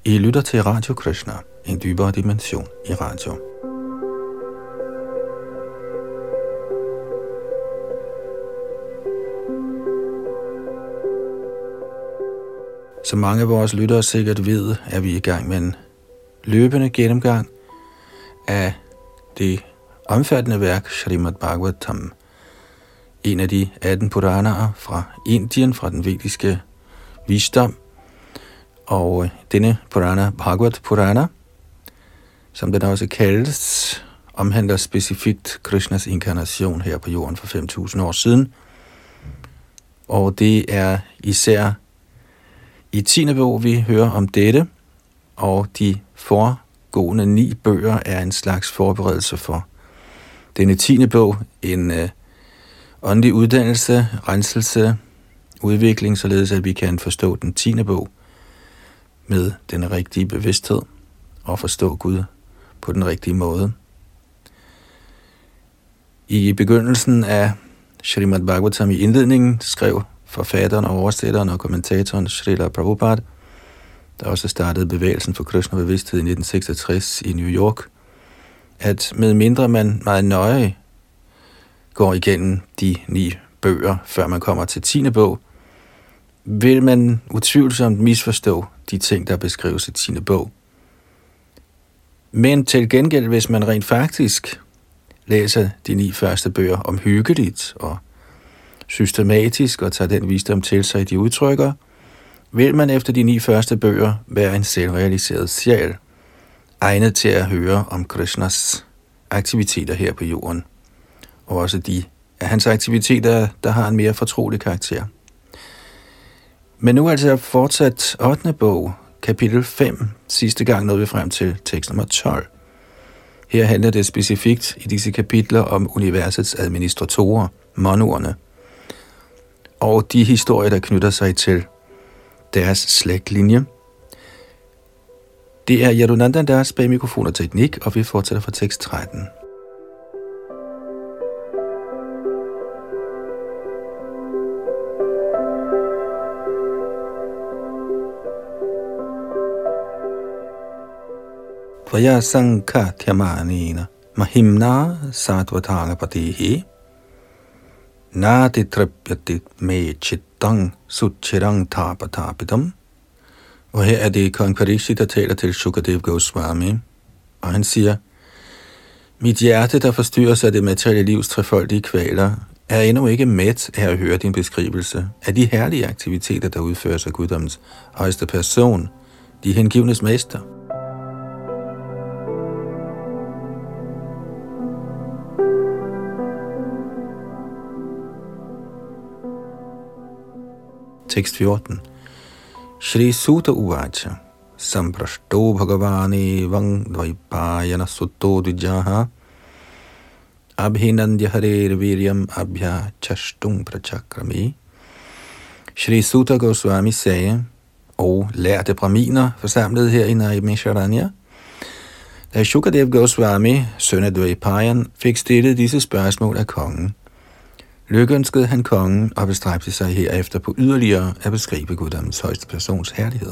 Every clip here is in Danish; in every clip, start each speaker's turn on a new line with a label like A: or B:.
A: I lytter til Radio Krishna, en dybere dimension i radio. Som mange af vores lyttere sikkert ved, er vi i gang med en løbende gennemgang af det omfattende værk Srimad Bhagavatam, en af de 18 Puranaer fra Indien, fra den vediske visdom. Og denne Purana, Bhagavat Purana, som den også kaldes, omhandler specifikt Krishnas inkarnation her på jorden for 5.000 år siden. Og det er især i 10. bog, vi hører om dette, og de foregående 9 bøger er en slags forberedelse for denne 10. bog, en åndelig uddannelse, renselse, udvikling, således at vi kan forstå den 10. bog med den rigtige bevidsthed og forstå Gud på den rigtige måde. I begyndelsen af Srimad Bhagavatam i indledningen skrev forfatteren og oversætteren og kommentatoren Srila Prabhupada, der også startede bevægelsen for Krishna bevidsthed i 1966 i New York, at med mindre man meget nøje går igennem de 9 bøger, før man kommer til 10. bog, vil man utvivlsomt misforstå de ting, der beskrives i 10. bog. Men til gengæld, hvis man rent faktisk læser de 9 første bøger omhyggeligt og systematisk og tager den visdom til sig, de udtrykker, vil man efter de 9 første bøger være en selvrealiseret sjæl, egnet til at høre om Krishnas aktiviteter her på jorden, og også de af hans aktiviteter, der har en mere fortrolig karakter. Men nu altså fortsat 8. bog, kapitel 5. Sidste gang nåede vi frem til tekst nummer 12. Her handler det specifikt i disse kapitler om universets administratorer, monuerne, og de historier, der knytter sig til deres slægtlinje. Det er Yadunandan Das bag mikrofon og teknik, og vi fortsætter fra tekst 13. Tvaya sankatyamanina mahimna satvatangapatihi naditrapyatit me chittang suchirang tapatapitam. Og her er det kong Parikshit, der taler til Shukadev Goswami, og han siger: mit hjerte, der forstyrres af det materielle livs trefoldige kvaler, er endnu ikke mæt af at høre din beskrivelse af de herlige aktiviteter, der udføres af guddommens højeste person, de hengivnes mester. Tekst 14. Shri Suta Uvacha Samprashto Bhagavani Vang Dvaipayana Sutto Dvijaha Abhinandya Harer Viryam Abhya Chashtung Prachakrami. Shri Suta Goswami sagde, og lærte brahminer forsamlet her i Naimisharanya, da Shukadev Goswami, søn af Dvaipayan, fik stillet disse spørgsmål af kongen, lykønskede han kongen og bestræbte sig herefter på yderligere at beskrive guddommens højeste persons herligheder.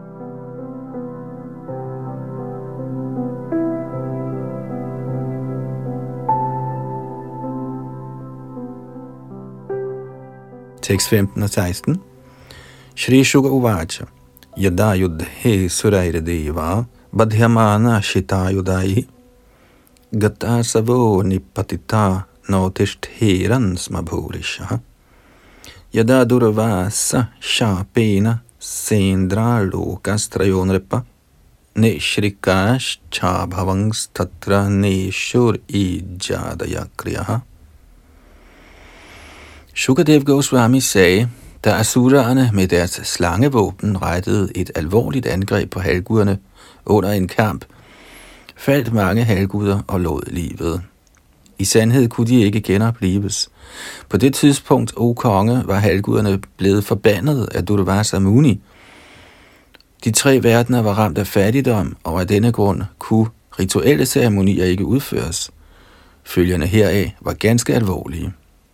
A: Tekst 15 og 16. Shri Shuka Uvacha Yada Yudhe Suraira Deva Badhyamana Shita Yudai Gata Savo Nipatita Nautishteran Smabhurisha Yada Durvasa Shapena Sendra Lokastrayonripa Neshrikash Chabhavangs Tatra Neshur Ijadayakriyaha. Shukadev Goswami sagde, da asuraerne med deres slangevåben rettede et alvorligt angreb på halvguderne under en kamp, faldt mange halvguder og lod livet. I sandhed kunne de ikke genoplives. På det tidspunkt, o konge, var halvguderne blevet forbandet af Durvasa Muni. De 3 verdener var ramt af fattigdom, og af denne grund kunne rituelle ceremonier ikke udføres. Følgerne heraf var ganske alvorlige.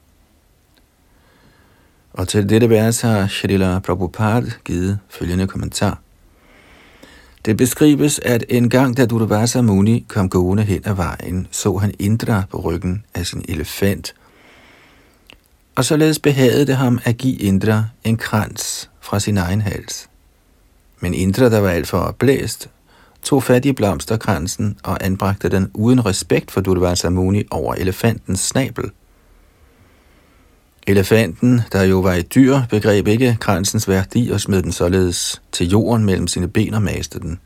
A: Og til dette vers har Srila Prabhupada givet følgende kommentar. Det beskrives, at en gang, da Durvasa Muni kom gående hen ad vejen, så han Indra på ryggen af sin elefant, og således behagede det ham at give Indra en krans fra sin egen hals. Men Indra, der var alt for opblæst, tog fat i blomsterkransen og anbragte den uden respekt for Durvasa Muni over elefantens snabel. Elefanten, der jo var et dyr, begreb ikke kransens værdi og smed den således til jorden mellem sine ben og maste den.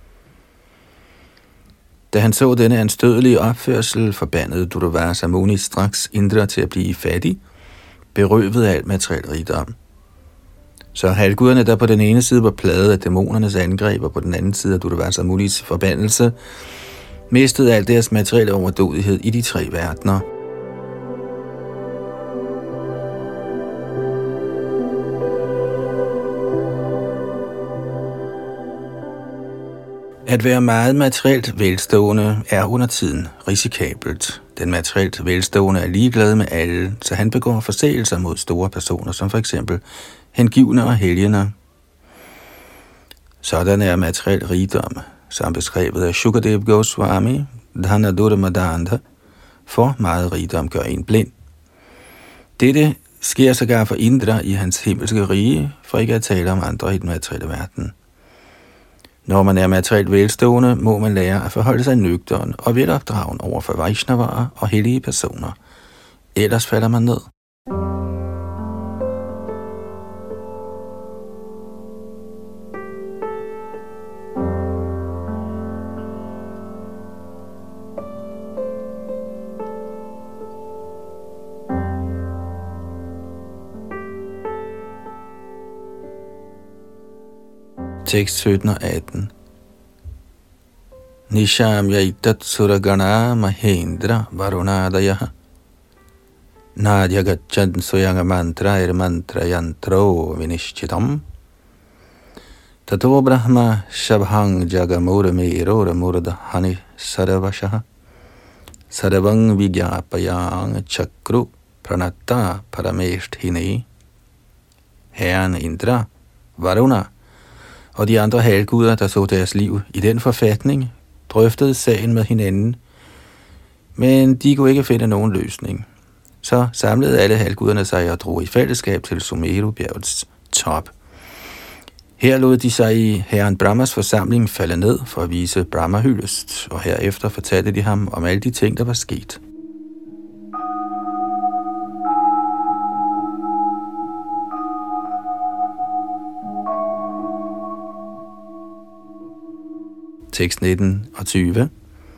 A: Da han så denne anstødelige opførsel, forbandede Durvasa Muni straks Indra til at blive fattig, berøvet af alt materiel rigdom. Så halvguderne, der på den ene side var plaget af dæmonernes angreb, og på den anden side af Durvasa Munis forbandelse, mistede alt deres materielle overdådighed i de tre verdener. At være meget materielt velstående er under tiden risikabelt. Den materielt velstående er ligeglad med alle, så han begår forseelser mod store personer, som for eksempel hengivne og helgener. Sådan er materiel rigdom, som beskrevet af Shukadev Goswami, Dhana Durmadanda, for meget rigdom gør en blind. Dette sker sågar for Indra i hans himmelske rige, for ikke at tale om andre i den materielle verden. Når man er materielt velstående, må man lære at forholde sig nøgtern og velopdragen over for Vaishnavaer og hellige personer. Ellers falder man ned. Tekst 17 og 18. Nisham yaitat suragana mahendra varunadaya nadya gacchad suyanga mantra yantro vinishchitam tato brahma shabhang jagamura mirora murdhani saravashaha saravang vigyapayang chakru pranatta parameshthini. Herren Indra, Varuna og de andre halvguder, der så deres liv i den forfatning, drøftede sagen med hinanden, men de kunne ikke finde nogen løsning. Så samlede alle halvguderne sig og drog i fællesskab til Sumeru-bjergets top. Her lod de sig i herren Brahmas forsamling falde ned for at vise Brahma hyldest, og herefter fortalte de ham om alle de ting, der var sket. Tekst 19 og 20.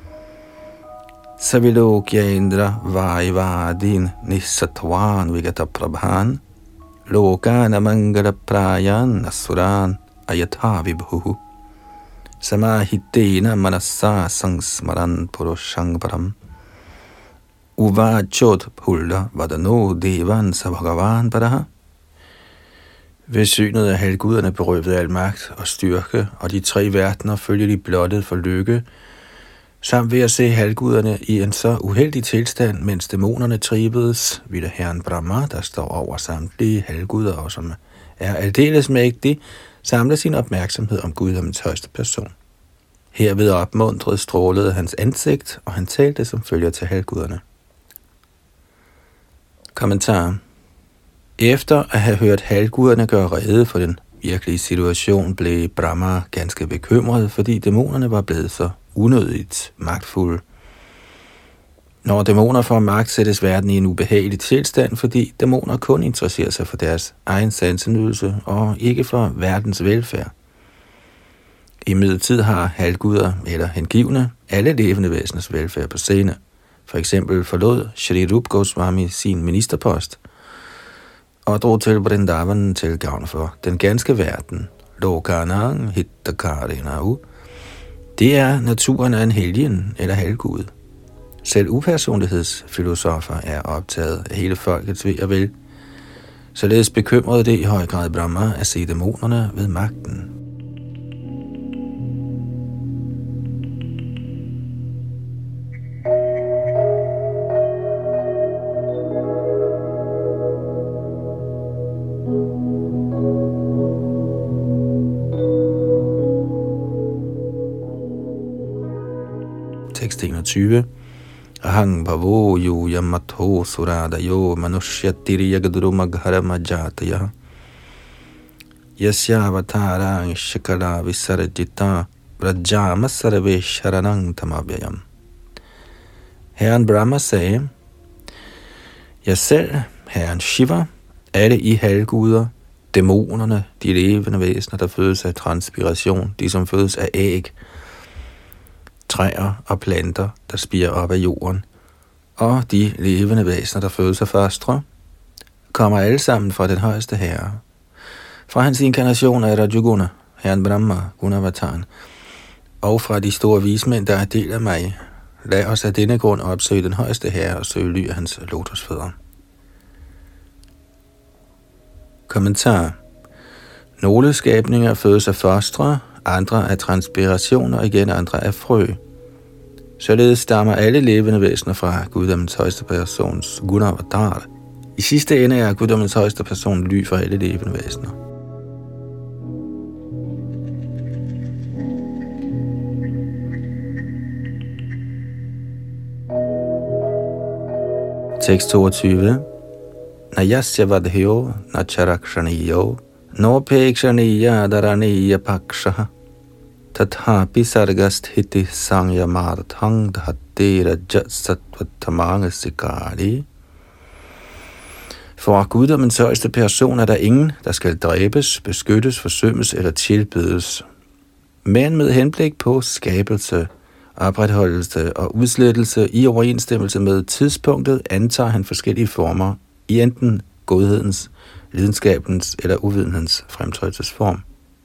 A: Savilokya Indra Vaivadin Nisatvan Vigata Prabhan Lokana Mangala Prayan Asuran Ayatha Vibhuhu Samahitena Manasa Sangsmaran Purushang Param Uvachot Pulda Vadano Devan Sabhagavan Paraha. Ved synet af halvguderne berøvede al magt og styrke, og de tre verdener følger de blottet for lykke, samt ved at se halvguderne i en så uheldig tilstand, mens dæmonerne trivedes, ville herren Brahma, der står over samtlige halvguder og som er aldeles mægtig, samle sin opmærksomhed om guddommens højeste person. Herved opmuntret strålede hans ansigt, og han talte som følger til halvguderne. Kommentar. Efter at have hørt halvguderne gøre rede for den virkelige situation, blev Brahma ganske bekymret, fordi dæmonerne var blevet så unødigt magtfulde. Når dæmoner får magt, sættes verden i en ubehagelig tilstand, fordi dæmoner kun interesserer sig for deres egen sansenydelse og ikke for verdens velfærd. I midlertid har halvguder eller hengivne alle levende væseners velfærd på scene. For eksempel forlod Shri Rupa Goswami sin ministerpost og drog til Vrindavan til gavn for den ganske verden. Lokanang hittakarinahu. Det er naturen af en helgen eller halvgud. Selv upersonlighedsfilosofer er optaget af hele folkets ve og vel. Således bekymrede det i høj grad Brahma at se dæmonerne ved magten. Tekst 21. Ahang bhavo yo yamatho suradayo manushyatiri yagaduru magharamajataya yasya avatarang shakala visarajita vrajama sarve sharanang tamabhyayam. Herren Brahma sagde: jeg selv, herren Shiva, alle I halvguder, dæmonerne, de levende væsener, der fødes af transpiration, de som fødes af æg, træer og planter, der spirer op af jorden, og de levende væsener, der fødes af fostre, kommer alle sammen fra den højeste herre. Fra hans inkarnation af Rajoguna, herren Brahma, Gunavataren, og fra de store vismænd, der er del af mig. Lad os af denne grund opsøge den højeste herre og søge ly af hans lotusfødder. Kommentar. Nogle skabninger fødes af fostre, andre af transpiration og igen andre af frø. Således stammer alle levende væsener fra guddommens højeste persons Gunavatar. I sidste ende er guddommens højeste person ly for alle levende væsener. Tekst 22. Nayasya vadhyo nacharakshaniyo nopekshaniya daraniya pakshaha tathapi sargasthiti sangyamarthang dhati rajasatvatamanga. For guddommens højeste person er der ingen, der skal dræbes, beskyttes, forsømmes eller tilbedes, men med henblik på skabelse, opretholdelse og udslettelse i overensstemmelse med tidspunktet antager han forskellige former i enten godhedens, lidenskabens eller uvidenhedens fremtrædelsesform.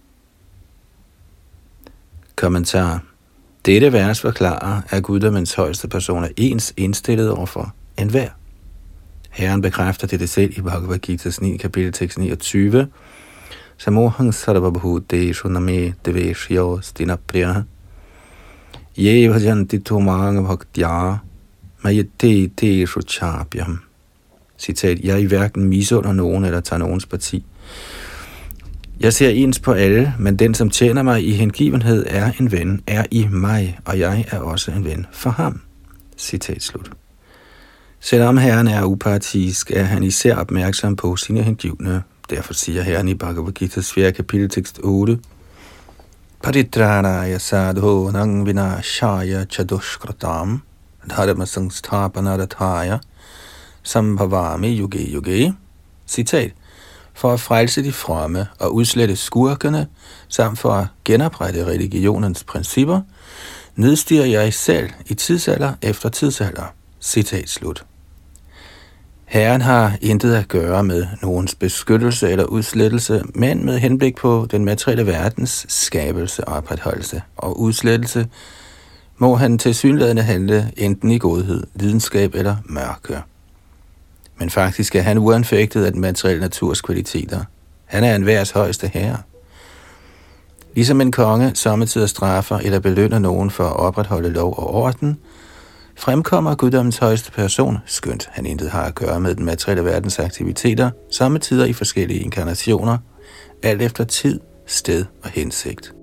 A: Kommentar. Dette vers forklarer, at guddommens højeste person er ens indstillet overfor enhver. Herren bekræfter dette selv i Bhagavad Gita's 9. kapitel tekst 29. Samohang sarvabhuteshu name deveshyo stinapriya ye bhajanti tumang bhaktya mayate teshu chapyam. Citat, jeg i hverken misunder nogen eller tager nogens parti. Jeg ser ens på alle, men den, som tjener mig i hengivenhed, er en ven, er i mig, og jeg er også en ven for ham. Citat slut. Selvom Herren er upartisk, er han især opmærksom på sine hengivne. Derfor siger Herren i Bhagavad Gita's 4. kapitel tekst 8. Paritranaya sadho nang vinashaya chadushkratam dharma sangsthapanarathaya sambhavami yuge yuge. Citat. For at frelse de fromme og udslette skurkene, samt for at genoprette religionens principper, nedstiger jeg selv i tidsalder efter tidsalder. Citat slut. Herren har intet at gøre med nogens beskyttelse eller udslettelse, men med henblik på den materielle verdens skabelse, opretholdelse og udslettelse, må han tilsyneladende handle enten i godhed, lidenskab eller mørke. Men faktisk er han uanfægtet af den materielle naturs kvaliteter. Han er enhvers højeste herre. Ligesom en konge sommetider straffer eller belønner nogen for at opretholde lov og orden, fremkommer guddommens højeste person, skønt han intet har at gøre med den materielle verdens aktiviteter, sommetider i forskellige inkarnationer, alt efter tid, sted og hensigt.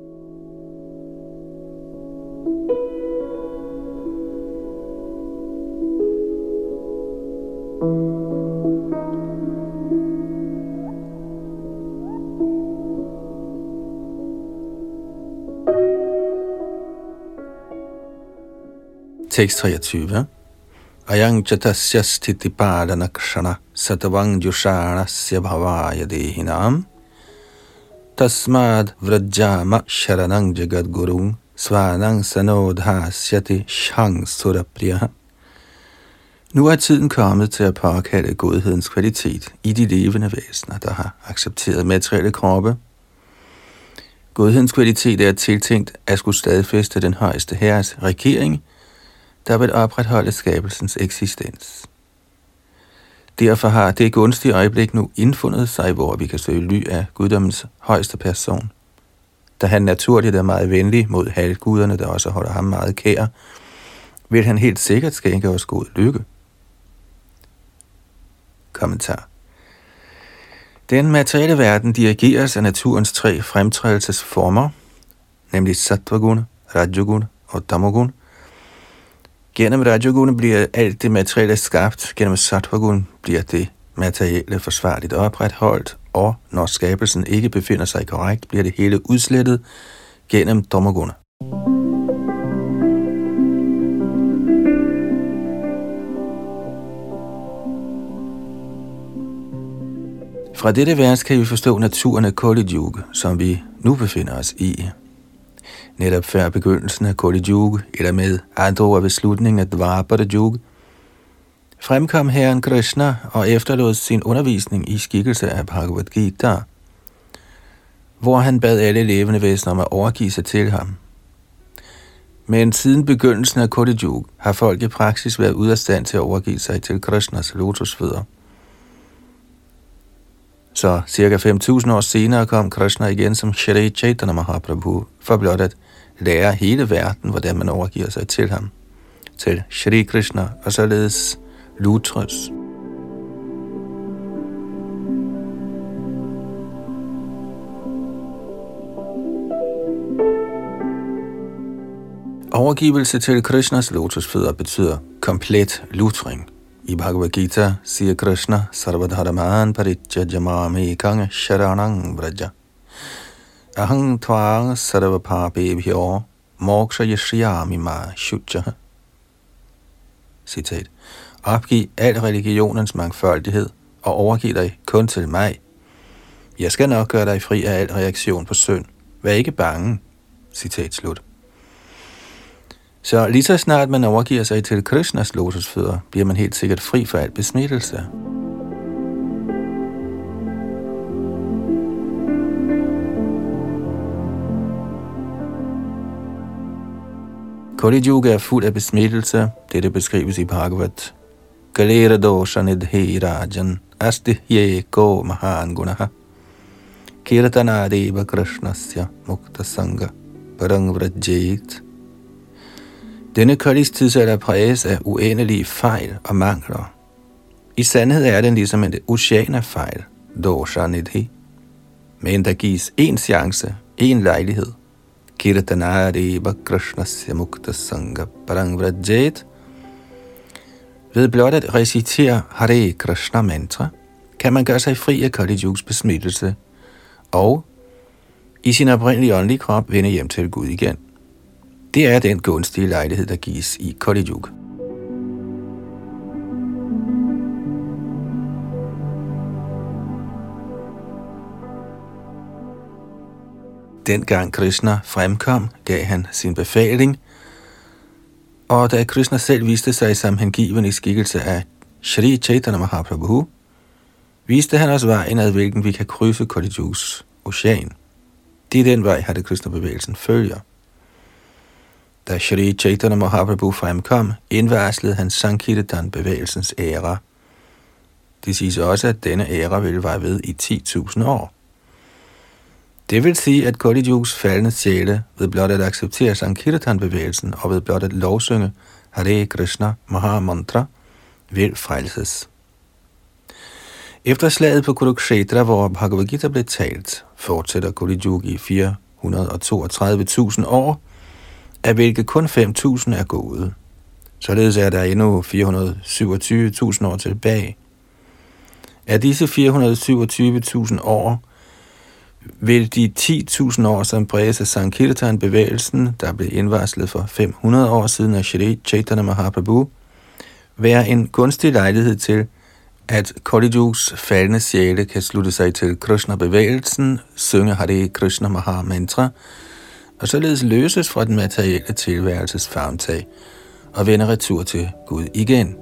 A: Tekst 23. Ayang chatasya sthiti padana kshana satavang yushanasya bhavaya dehinam tasmad vrajama sharanang jagat gurung svanang sanodhasyati shang surapriya. Nu er tiden kommet til at påkalde godhedens kvalitet i de levende væsener, der har accepteret materielle kroppe. Godhedens kvalitet er tiltænkt at skulle stadfæste den højeste herres regering, der vil opretholde skabelsens eksistens. Derfor har det gunstige øjeblik nu indfundet sig, hvor vi kan søge ly af guddommens højeste person. Da han naturligt er meget venlig mod halvguderne, der også holder ham meget kær, vil han helt sikkert skænke os god lykke. Kommentar. Den materielle verden dirigeres af naturens 3 fremtrædelsesformer, nemlig Sattvaguna, Rajoguna og Tamoguna, Gennem Rajagun bliver alt det materielle skabt, gennem Sattvagun bliver det materielle forsvarligt opretholdt, og når skabelsen ikke befinder sig korrekt, bliver det hele udslettet gennem Tamaguna. Fra dette vers kan vi forstå naturen af Kali Yuga, som vi nu befinder os i. Netop før begyndelsen af Kali Yuga, eller med andre ord ved slutningen af Dvapara Yuga, fremkom Herren Krishna og efterlod sin undervisning i skikkelse af Bhagavad Gita, hvor han bad alle levende væsener om at overgive sig til ham. Men siden begyndelsen af Kali Yuga har folk i praksis været ude af stand til at overgive sig til Krishnas lotusfødder. Så cirka 5.000 år senere kom Krishna igen som Shri Chaitanya Mahaprabhu, for blot at lære hele verden, hvordan man overgiver sig til ham, til Shri Krishna og således Lutrus. Overgivelse til Krishnas lotusfødder betyder komplet lutring. I Bhagavad Gita siger Krishna, Sarvadharaman paritjajamami kang sharanang vraja. Ahang tvang sarvapapebhyo moksha yashriyami ma shuchaha. Citat. Opgiv al religionens mangfoldighed og overgiv dig kun til mig. Jeg skal nok gøre dig fri af al reaktion på synd. Vær ikke bange. Citat slut. Så lige så snart man overgiver sig til Krishnas lotusfødder, bliver man helt sikkert fri for al besmittelse. Kali Yuga er fuld af besmittelse. Dette beskrives i Bhagavat. Kalera dosha nidhe rajan astihye ko mahan gunaha kirtana deva krishnasya mukta sanga parang vrajit. Denne Kalis tidsalder præges af uendelige fejl og mangler. I sandhed er den ligesom en ocean af fejl, dosha nidhi. Men der gives én chance, én lejlighed. Kirtanareva krishnasya mukta sanga parang vrajit. Ved blot at recitere Hare Krishna mantra, kan man gøre sig fri af Kali Yugas besmittelse, og i sin oprindelige åndelige krop vende hjem til Gud igen. Det er den gunstige lejlighed, der gives i Kali Yuga. Dengang Krishna fremkom, gav han sin befaling, og da Krishna selv viste sig som hengiven i skikkelse af Shri Chaitanya Mahaprabhu, viste han os vejen, ad hvilken vi kan krydse Kali Yugas ocean. Det er den vej, Hare Krishna-bevægelsen følger. Da Shri Chaitanya Mahaprabhu fremkom, indvarslede han Sankirtan-bevægelsens æra. Det siges også, at denne æra ville vare ved i 10.000 år. Det vil sige, at Kali Yugas faldne sjæle ved blot at acceptere Sankirtan-bevægelsen og ved blot at lovsynge Hare Krishna Mahamantra vil frelses. Efter slaget på Kurukshetra, hvor Bhagavad Gita blev talt, fortsætter Kali Yuga i 432.000 år, af hvilke kun 5.000 er gået. Således er der endnu 427.000 år tilbage. Af disse 427.000 år vil de 10.000 år, som præges af Sankirtan-bevægelsen, der blev indvarslet for 500 år siden af Shri Chaitanya Mahaprabhu, være en gunstig lejlighed til, at Kali Yugas faldne sjæle kan slutte sig til Krishna-bevægelsen, synge Hare Krishna Mahamantra, og således løses fra den materielle tilværelses favntag og vende retur til Gud igen.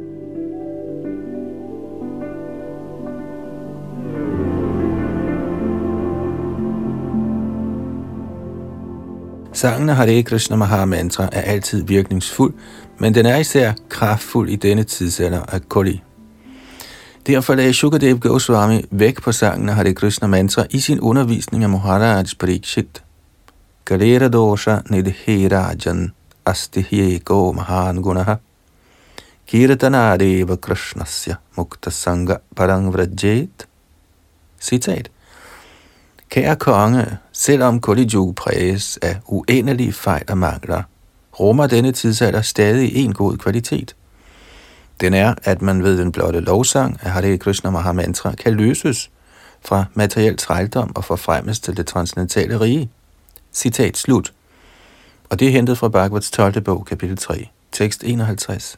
A: Sangen af Hare Krishna Mahamantra er altid virkningsfuld, men den er især kraftfuld i denne tidsalder af Kali. Derfor lagde Shukadev Goswami væk på sangen af Hare Krishna Mantra i sin undervisning af Maharaj Parikshit. Kalera dosha nidhe rajan astihye ko mahan gunaha kirtana deva krishnasya mukta sanga parang vrajit. Citat. Kære konge, selvom Kali Yuga præges af uendelige fejl og mangler, rummer denne tidsalder stadig en god kvalitet. Den er, at man ved den blotte lovsang af Hare Krishna Mahamantra kan løses fra materiel trældom og forfremmes til det transcendentale rige. Citat slut. Og det er hentet fra Bhagavats 12. bog, kapitel 3, tekst 51.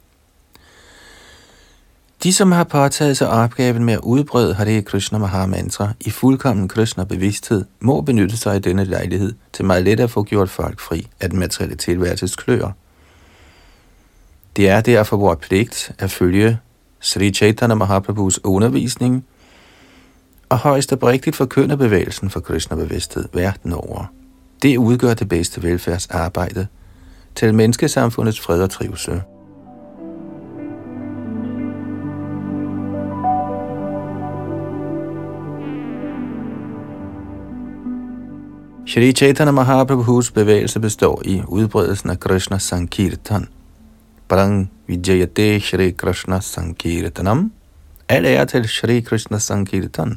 A: De, som har påtaget sig opgaven med at udbrede Hare Krishna Mahamantra i fuldkommen Krishna-bevidsthed, må benytte sig af denne lejlighed til meget let at få gjort folk fri af den materielle tilværelses kløer. Det er derfor vores pligt at følge Sri Chaitanya Mahaprabhus undervisning og højst oprigtigt forkynde bevægelsen for Krishna-bevidsthed verden over. Det udgør det bedste velfærdsarbejde til menneskesamfundets fred og trivsel. Shri Chaitanya Mahaprabhus bevægelse består i udbredelsen af Krishna Sankirtan. Parang Vijayate Shri Krishna Sankirtanam. Al ære til Shri Krishna Sankirtan.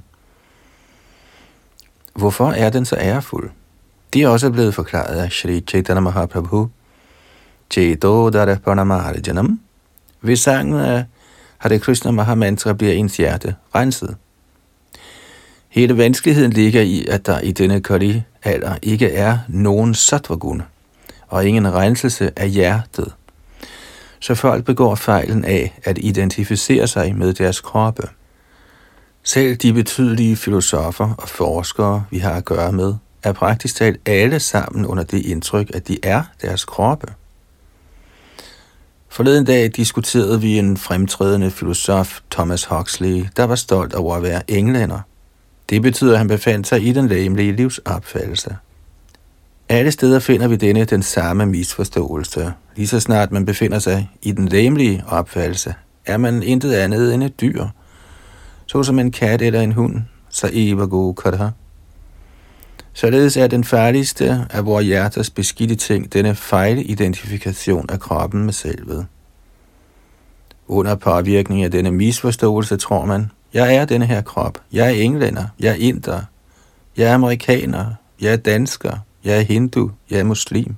A: Hvorfor er den så ærefuld? Det er også blevet forklaret af Shri Chaitanya Mahaprabhu. Cheto Darapanamarijanam. Ved sangen af Hare Krishna Mahamantra bliver ens hjerte renset. Hele vanskeligheden ligger i, at der i denne Kali-alder ikke er nogen sattva-guna og ingen renselse af hjertet. Så folk begår fejlen af at identificere sig med deres kroppe. Selv de betydelige filosofer og forskere, vi har at gøre med, er praktisk talt alle sammen under det indtryk, at de er deres kroppe. Forleden dag diskuterede vi en fremtrædende filosof, Thomas Huxley, der var stolt over at være englænder. Det betyder, at han befandt sig i den legemlige livsopfattelse. Alle steder finder vi den samme misforståelse. Lige så snart man befinder sig i den legemlige opfattelse, er man intet andet end et dyr, såsom en kat eller en hund, så eva go katha. Således er den farligste af vores hjerters beskidte ting denne fejlidentifikation af kroppen med selvet. Under påvirkning af denne misforståelse tror man, jeg er denne her krop, jeg er englænder, jeg er inder, jeg er amerikaner, jeg er dansker, jeg er hindu, jeg er muslim.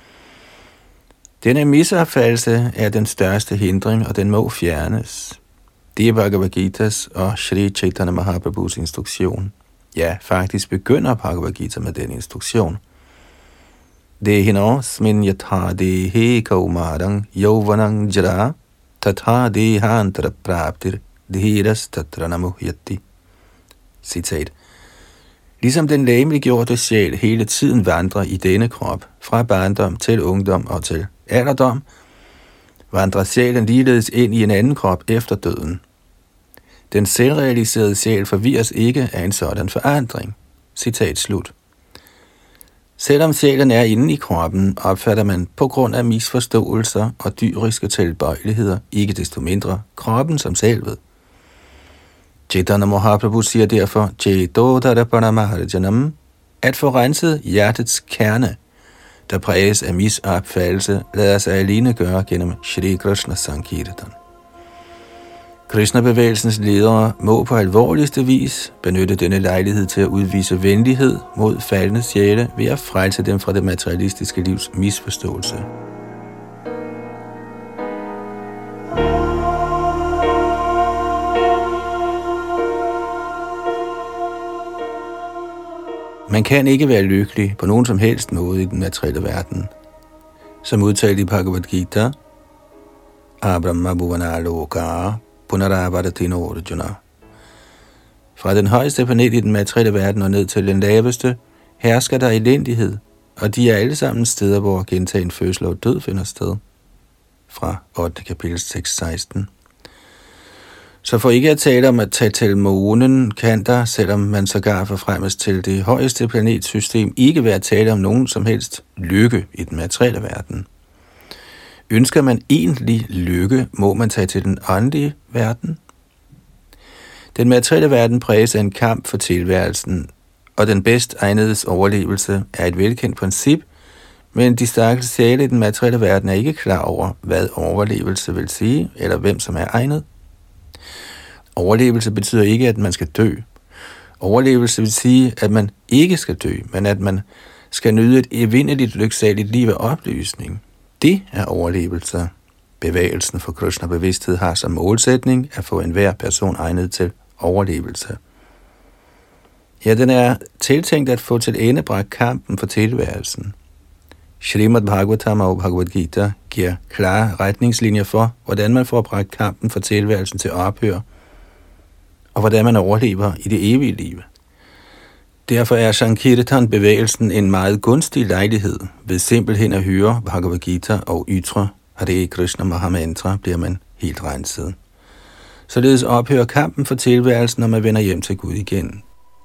A: Denne misopfattelse er den største hindring, og den må fjernes. Det er Bhagavad Gita's og Shri Chaitanya Mahaprabhus instruktion. Ja, faktisk begynder Bhagavad Gita med den instruktion. Dehinosmin yatha dehe kaumarang yauvanang jara tatha dehantara praptir dehiras tatra namuhyati. Citat. Ligesom den legemliggjorte sjæl hele tiden vandrer i denne krop, fra barndom til ungdom og til alderdom, vandrer sjælen ligeledes ind i en anden krop efter døden. Den selvrealiserede sjæl forvirres ikke af en sådan forandring. Citat slut. Selvom sjælen er inde i kroppen, opfatter man på grund af misforståelser og dyriske tilbøjeligheder ikke desto mindre kroppen som selvet. Chaitanya Mahaprabhu siger derfor, Cheto Darapanamarijanam, at få renset hjertets kerne, der præges af misopfattelse, lader sig alene gøre gennem Shri Krishna Sankirtan. Krishna-bevægelsens ledere må på alvorligste vis benytte denne lejlighed til at udvise venlighed mod faldne sjæle ved at frelse dem fra det materialistiske livs misforståelse. Man kan ikke være lykkelig på nogen som helst måde i den materielle verden. Som udtalt i Bhagavad Gita, Abrahma Bhuvana Loka Punarabhadatino Arjuna. Fra den højeste planet i den materielle verden og ned til den laveste, hersker der elendighed, og de er alle sammen steder, hvor gentagen fødsel og død finder sted. Fra 8. kapitel 6-16. Så for ikke at tale om at tage til månen, kan der, selvom man sågar forfremmes til det højeste planetsystem, ikke være tale om nogen som helst lykke i den materielle verden. Ønsker man egentlig lykke, må man tage til den åndelige verden. Den materielle verden præges af en kamp for tilværelsen, og den bedst egnedes overlevelse er et velkendt princip, men de stakkels sjæle i den materielle verden er ikke klar over, hvad overlevelse vil sige, eller hvem som er egnet. Overlevelse betyder ikke, at man skal dø. Overlevelse vil sige, at man ikke skal dø, men at man skal nyde et evindeligt lyksaligt liv af oplysning. Det er overlevelse. Bevægelsen for Krishna-bevidsthed har som målsætning at få enhver person egnet til overlevelse. Ja, den er tiltænkt at få til endebragt kampen for tilværelsen. Srimad Bhagavatam og Bhagavad Gita giver klare retningslinjer for, hvordan man får bragt kampen for tilværelsen til ophør, og hvordan man overlever i det evige liv. Derfor er Sankirtan-bevægelsen en meget gunstig lejlighed. Ved simpelthen at høre Bhagavad Gita og ytre Hare Krishna Mahamantra bliver man helt renset. Således ophører kampen for tilværelsen, når man vender hjem til Gud igen.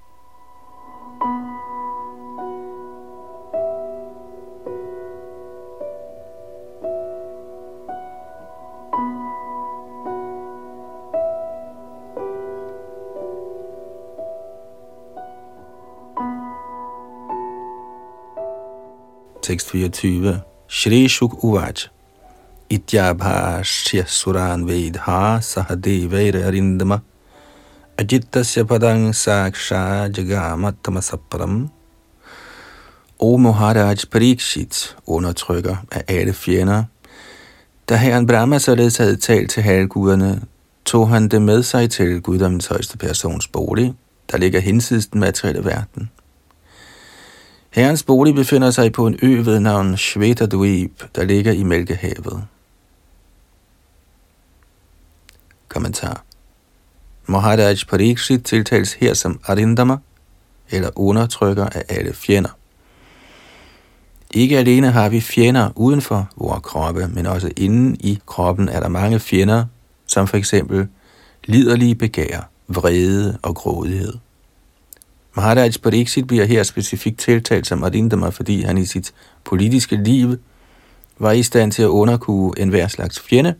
A: Tekst 24. Shri Shuk Uvaj Ityabhashya Suran Vedha Sahadeva Arindama Ajittasya Padang Saksha Jagama Tamasapram. O Maharaj Parikshit, undertrykker af alle fjender. Da herren Brahma således havde talt til halvguderne, tog han det med sig til guddommens højeste persons bolig, der ligger hinsides den materielle verden. Herrens bolig befinder sig på en ø ved navn Shvetadvip, der ligger i Mælkehavet. Kommentar. Maharaj Parikshit tiltales her som Arindama, eller undertrykker af alle fjender. Ikke alene har vi fjender uden for vores kroppe, men også inden i kroppen er der mange fjender, som for eksempel liderlige begær, vrede og grådighed. Maharaj Parikshit bliver her specifikt tiltalt som Arindama, fordi han i sit politiske liv var i stand til at underkue enhver slags fjende.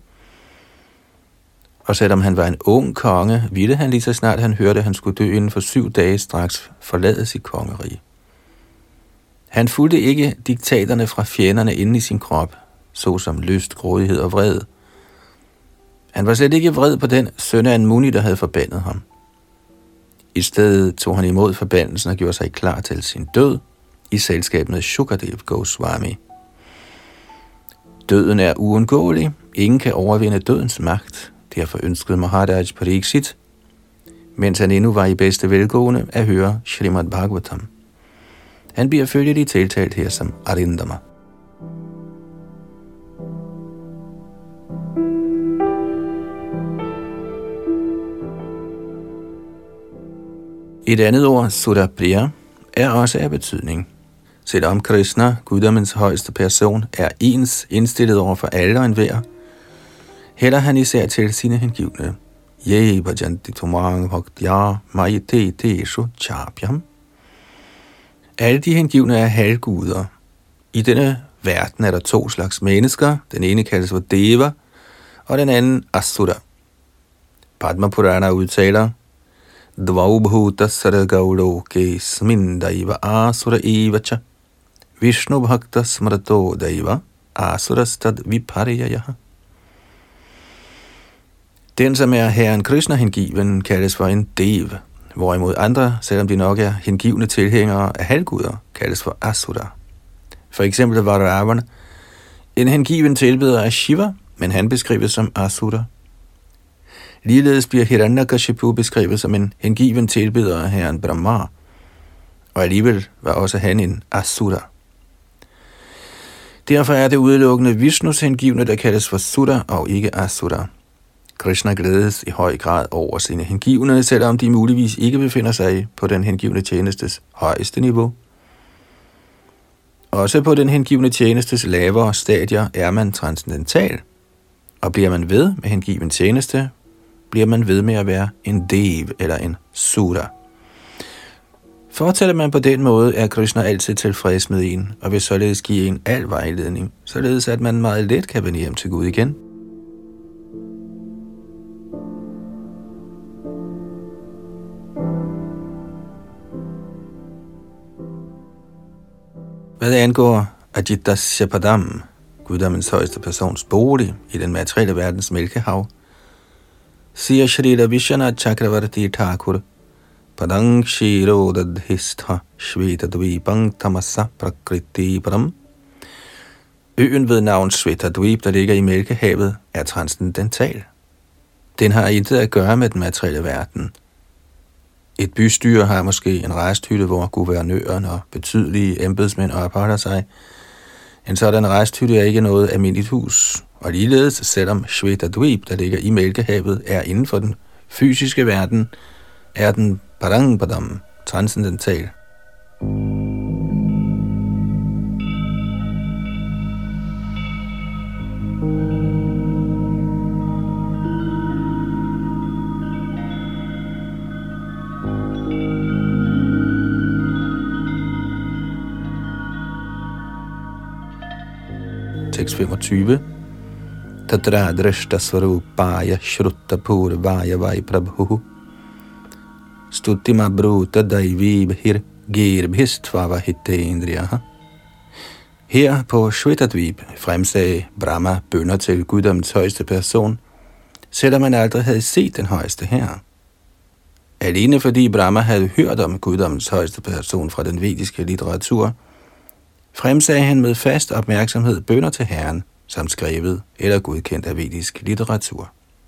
A: Og selvom han var en ung konge, ville han lige så snart han hørte, at han skulle dø inden for 7 dage straks forlade sit kongerige. Han fulgte ikke diktaterne fra fjenderne inde i sin krop, såsom lyst, grådighed og vrede. Han var slet ikke vred på den søn af en muni, der havde forbandet ham. I stedet tog han imod forbandelsen og gjorde sig klar til sin død i selskab med Shukadev Goswami. Døden er uundgåelig. Ingen kan overvinde dødens magt. Derfor ønskede Maharaj Parikshit, mens han endnu var i bedste velgående, at høre Srimad Bhagavatam. Han bliver følgelig tiltalt her som Arindama. Et andet ord, Surapriya, er også af betydning. Selvom Krishna, guddommens højeste person, er ens indstillet over for alle og enhver, hælder han især til sine hengivne. Ye bhajanti tumang bhaktya mayate teshu chapyam. Alle de hengivne er halvguder. I denne verden er der 2 slags mennesker. Den ene kaldes for Deva, og den anden Asura. Padma Purana udtaler, Dvaubhuta saragauloke smin daiva asura evacha Vishnu bhakta smrato daiva asurastad viparyayaha. Den, som er herren Krishna hengiven, kaldes for en dev, hvorimod andre, selvom de nok er hengivne tilhængere af halvguder, kaldes for asura. For eksempel var Ravana en hengiven tilbeder af Shiva, men han beskrives som asura. Ligeledes bliver Hiranyakashipu beskrevet som en hengiven tilbeder af herren Brahma, og alligevel var også han en asura. Derfor er det udelukkende Vishnus hengivne, der kaldes for sura og ikke asura. Krishna glædes i høj grad over sine hengivne, selvom de muligvis ikke befinder sig på den hengivne tjenestes højeste niveau. Også på den hengivne tjenestes lavere stadier er man transcendental, og bliver man ved med hengiven tjeneste, bliver man ved med at være en dev eller en sura. Fortæller man på den måde, er Krishna altid tilfreds med en, og vil således give en al vejledning, således at man meget let kan vende hjem til Gud igen. Hvad angår Ajittasya Padam, guddommens højeste persons bolig i den materielle verdens mælkehav, siger Shrila Vishwanath Chakravarti Thakur, Padang Shiro Dadhistha Shvetadvipang Tamasa Prakriti Param Øen ved navn Shvetadvip, der ligger i Mælkehavet, er transcendental. Den har intet at gøre med den materielle verden. Et bystyre har måske en rejsthytte, hvor guvernøren og betydelige embedsmænd opholder sig. En sådan rejsthytte er ikke noget almindeligt hus, og ligeledes, selvom Shvetadvip, der ligger i Mælkehavet, er inden for den fysiske verden, er den Parangpadam transcendental. Tekst 25. Tatra drashta svarupaya shrutta purvaya vai prabhu stutima bruta daivibhir girbhistvava hitendriyaha. Her på Shvetadvip fremsagde Brahma bønner til guddommens højeste person, selvom man aldrig havde set den højeste herre. Alene fordi Brahma havde hørt om guddommens højeste person fra den vediske litteratur, fremsagde han med fast opmærksomhed bønner til Herren, som skrevet eller godkendt af vedisk litteratur.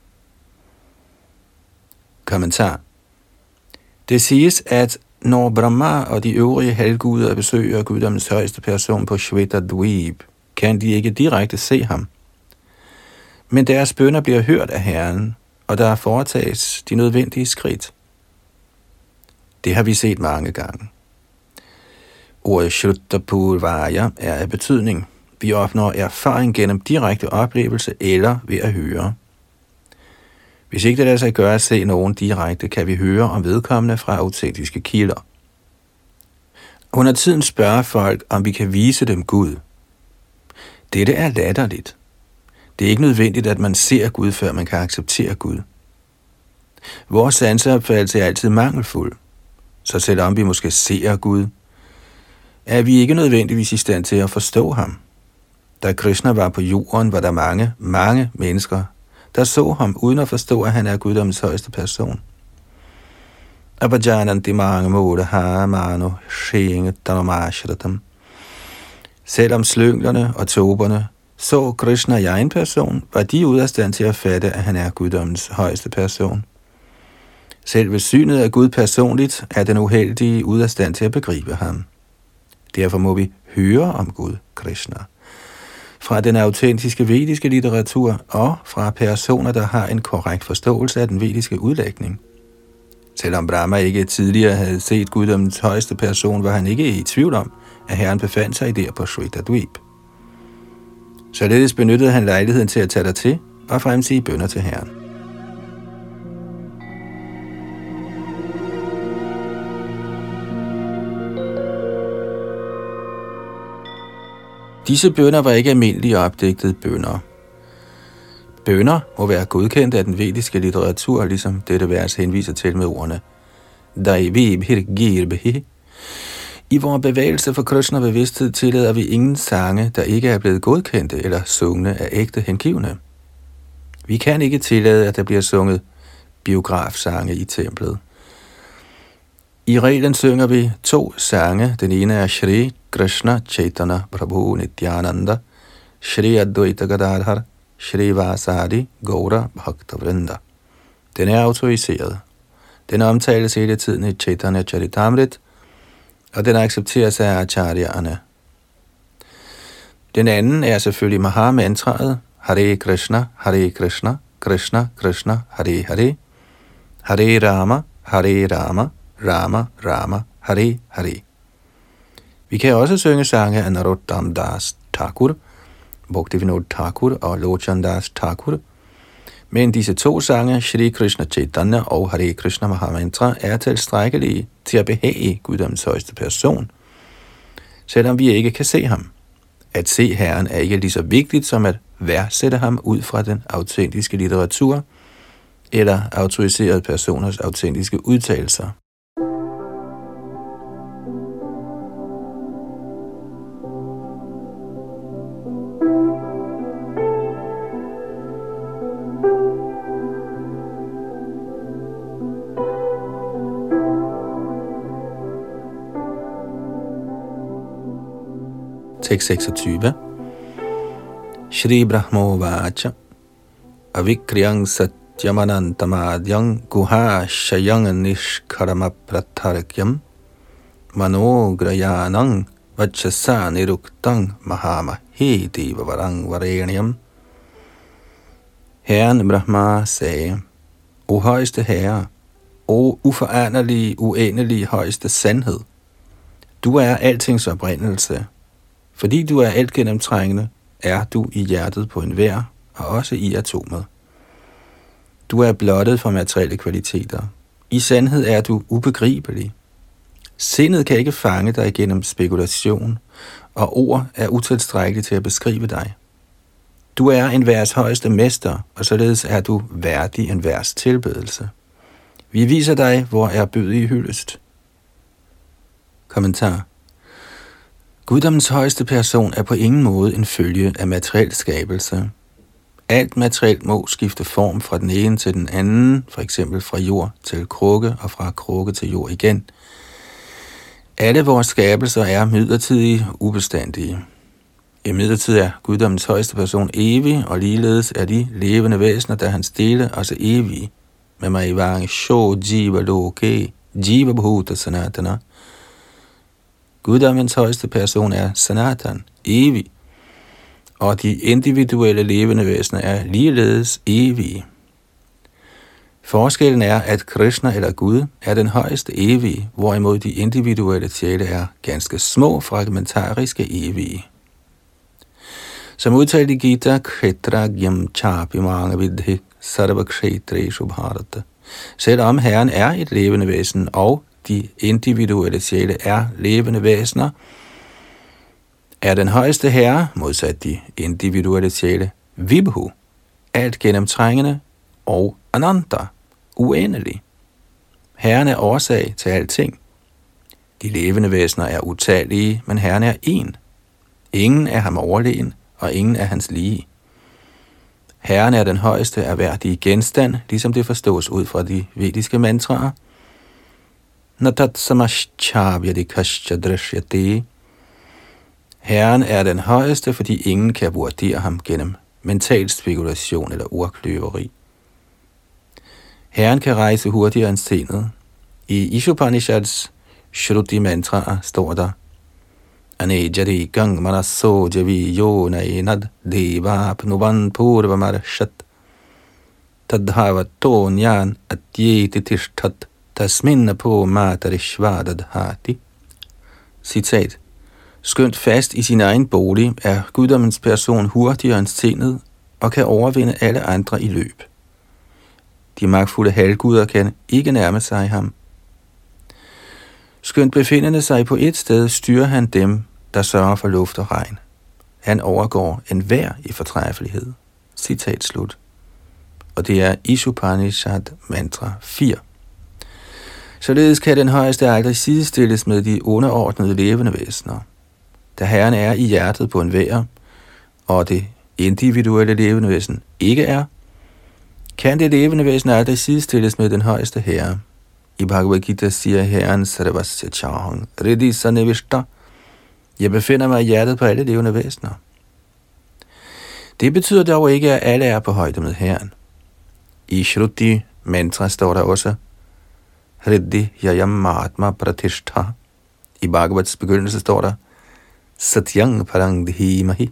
A: Kommentar. Det siges, at når Brahma og de øvrige halvguder besøger guddommens højeste person på Shvetadvip, kan de ikke direkte se ham. Men deres bønner bliver hørt af Herren, og der foretages de nødvendige skridt. Det har vi set mange gange. Ordet Shrutta Purvaya er af betydning. Vi opnår erfaring gennem direkte oplevelse eller ved at høre. Hvis ikke det lader sig gøre at se nogen direkte, kan vi høre om vedkommende fra autentiske kilder. Under tiden spørger folk, om vi kan vise dem Gud. Dette er latterligt. Det er ikke nødvendigt, at man ser Gud, før man kan acceptere Gud. Vores sanseopfattelse er altid mangelfuld, så selvom vi måske ser Gud, er vi ikke nødvendigvis i stand til at forstå ham. Da Krishna var på jorden, var der mange mennesker, der så ham uden at forstå, at han er guddommens højeste person. Abajananti mange modaha mano shingetamashratam. Selvom slynglerne og toberne så Krishna i egen person, var de ude af stand til at fatte, at han er guddommens højeste person. Selv ved synet af Gud personligt, er den uheldige ude af stand til at begribe ham. Derfor må vi høre om Gud, Krishna, fra den autentiske vediske litteratur og fra personer, der har en korrekt forståelse af den vediske udlægning. Selvom Brahma ikke tidligere havde set guddommens højeste person, var han ikke i tvivl om, at Herren befandt sig der på Shvetadvip. Således benyttede han lejligheden til at tage dertil og fremsige bønner til Herren. Disse bønner var ikke almindelige opdigtede bønner. Bønner må være godkendt af den vediske litteratur, ligesom dette vers henviser til med ordene Daivibhir. I vores bevægelse for Krishna bevidsthed tillader vi ingen sange, der ikke er blevet godkendte eller sungne af ægte hengivne. Vi kan ikke tillade, at der bliver sunget biografsange i templet. I reglen synger vi 2 sange. Den ene er Shri Krishna Chaitanya Prabhu Nityananda, Shri Advaita Gadadhar, Shri Vasadi Gaura Bhaktavrinda. Den er autoriseret. Den omtales hele tiden i Chaitanya Charitamrit, og den accepteres af acharyerne. Den anden er selvfølgelig Mahamantraet, Hare Krishna, Hare Krishna, Krishna Krishna, Hare Hare, Hare Rama, Hare Rama, Rama Rama, Hare Hare. Vi kan også synge sange af Narottam Das Thakur, Bhaktivinoda Thakur og Lochan Das Thakur. Men disse 2 sange, Shri Krishna Chaitanya og Hare Krishna Mahamantra, er tilstrækkelige til at behage guddommens højeste person, selvom vi ikke kan se ham. At se Herren er ikke lige så vigtigt som at værdsætte ham ud fra den autentiske litteratur eller autoriserede personers autentiske udtalelser. Tekst 26. Shri Brahmo Vacha Avikriyang Satyamanantamadyang Guha Shayang Nishkarama Pratarkyam Manograyanang Vachasa Niruktang Mahamahi Devavarang Varenyam. Herren Brahma sagde: O højeste herre, o uforanderlige, uendelige højeste sandhed, du er altings oprindelse. Fordi du er alt gennemtrængende, er du i hjertet på enhver, og også i atomet. Du er blottet for materielle kvaliteter. I sandhed er du ubegribelig. Sindet kan ikke fange dig gennem spekulation, og ord er utilstrækkeligt til at beskrive dig. Du er enhvers højeste mester, og således er du værdig enhvers tilbedelse. Vi viser dig, hvor er bødig hyldest. Kommentar. Guddommens højeste person er på ingen måde en følge af materiel skabelse. Alt materielt må skifte form fra den ene til den anden, for eksempel fra jord til krukke og fra krukke til jord igen. Alle vores skabelser er midlertidige, ubestandige. Imidlertid er Guddommens højeste person evig, og ligeledes er de levende væsener, der hans dele, også evige. Med mig i vange sho jiva loke, jiva bhuta sanatana. Guddommens højeste person er sanatan, evig, og de individuelle levende væsener er ligeledes evige. Forskellen er, at Krishna eller Gud er den højeste evige, hvorimod de individuelle sjæle er ganske små, fragmentariske evige. Som udtalt i Gita, Kshetragyam chapi manga vidhi sarva kshetreshu bharata. Selvom Herren er et levende væsen, og de individuelle sjæle er levende væsener, er den højeste herre, modsat de individuelle sjæle, vibhu, alt gennemtrængende, og ananta, uendelig. Herren er årsag til alting. De levende væsener er utallige, men Herren er én. Ingen er ham overlegen, og ingen er hans lige. Herren er den højeste erhverdige genstand, ligesom det forstås ud fra de vediske mantraer. Natat samaschavyadikascha drishyate. Herren er den højeste, fordi ingen kan vurdere ham gennem mental spekulation eller ordkløveri. Herren kan rejse hurtigere end stenet. I Ishopanishads Shruti mantraer står der: Anejari gang manaso javi yonainad devapnuvan purvamarshat tadhavato nyan atyeti tishtat tasminna på matarishvadadhati. Citat. Skønt fast i sin egen bolig er guddommens person hurtigere end stenet og kan overvinde alle andre i løb. De magtfulde halvguder kan ikke nærme sig ham. Skønt befindende sig på et sted, styrer han dem, der sørger for luft og regn. Han overgår enhver i fortræffelighed. Citat slut. Og det er Ishopanishad mantra 4. Således kan den højeste aldrig sidestilles med de underordnede levende væsener. Da Herren er i hjertet på enhver, og det individuelle levende væsen ikke er, kan det levende væsen aldrig sidestilles med den højeste herre. I Bhagavad Gita siger Herren Sarvasya Chahang Riddhi Sanevishta. Jeg befinder mig i hjertet på alle levende væsener. Det betyder dog ikke, at alle er på højde med Herren. I Shruti mantra står der også Riddhi Yayam Mahatma Pratishtha. I Bhagavats begyndelse står der Satyang Parang Dhimahi.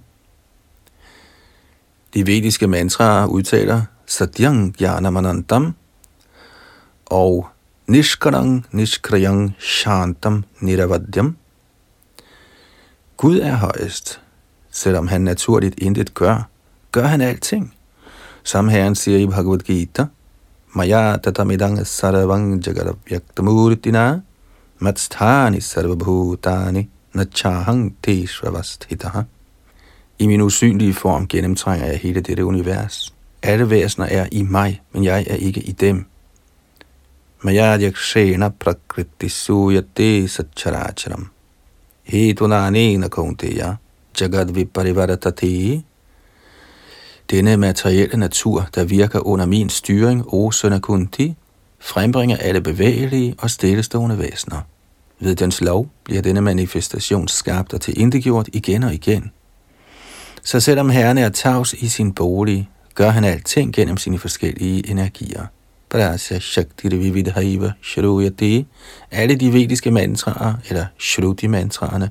A: De vediske mantraer udtaler Satyang Jnanamanantam og Nishkarang Nishkrayang Shantam Niravadyam. Gud er højest. Selvom han naturligt intet gør, gør han alting. Som Herren siger i Bhagavad Gita, Maya tatamidang sarvang jagadavyakthamurtina matsthani sarvabhutani nachahang teshvavasthitaha. I min usynlige form gennemtrænger jeg hele dette univers. Alle væsener er i mig, men jeg er ikke i dem. Maya yakshena prakriti suyate satcharacharam. Hedunanena kaunteya jagad viparivaratati. Denne materielle natur, der virker under min styring, o søn af Kunti, frembringer alle bevægelige og stillestående væsener. Ved dens lov bliver denne manifestation skabt og tilintetgjort igen og igen. Så selvom Herren er tavs i sin bolig, gør han alting gennem sine forskellige energier. Prasya Shakti Vividhaiva Shruyati, alle de vediske mantraer, eller Shruti-mantraerne,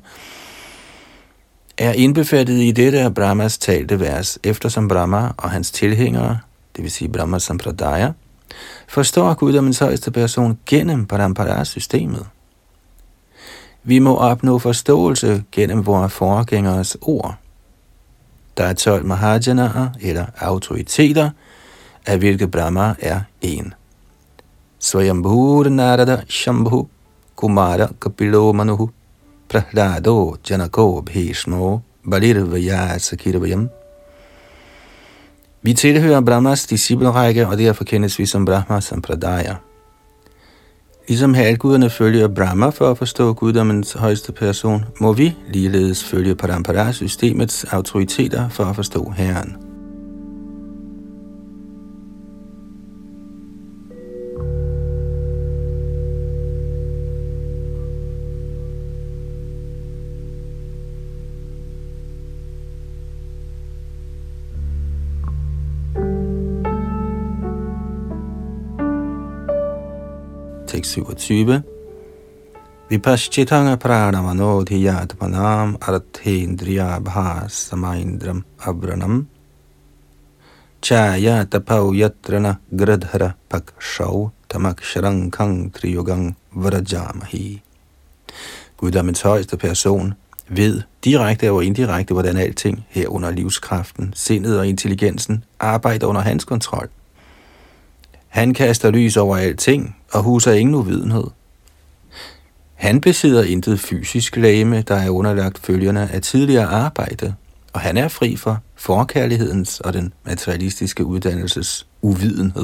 A: er indbefattet i dette af Brahmas talte vers, eftersom Brahma og hans tilhængere, det vil sige Brahma Sampradaya, forstår guddommens højeste person gennem Parampara-systemet. Vi må opnå forståelse gennem vores forgængeres ord. Der er 12 mahajanaer, eller autoriteter, af hvilke Brahma er en. Swayambhur Narada Shambhu Kumara Kapilo Manuhu Prahlado Janako Bhishmo Balirvaya Sakirvayam. Vi tilhører Brahmas disciplerække, og derfor kendes vi som Brahma Sampradaya. Ligesom halvguderne følger Brahma for at forstå guddommens højeste person, må vi ligeledes følge Parampara-systemets autoriteter for at forstå Herren. Tekst 27. Vipaschitanga pranamanodhiyatmanam arthendriya bhas samaindram abranam chaya tapau yatrana gradhara pakshav tamaksharangkang triyogang vrajamahi. Guddommens højeste person ved direkte og indirekte, hvordan alting herunder livskraften, sindet og intelligensen arbejder under hans kontrol. Han kaster lys over alting og huser ingen uvidenhed. Han besidder intet fysisk legeme, der er underlagt følgerne af tidligere arbejde, og han er fri for forkærlighedens og den materialistiske uddannelses uvidenhed.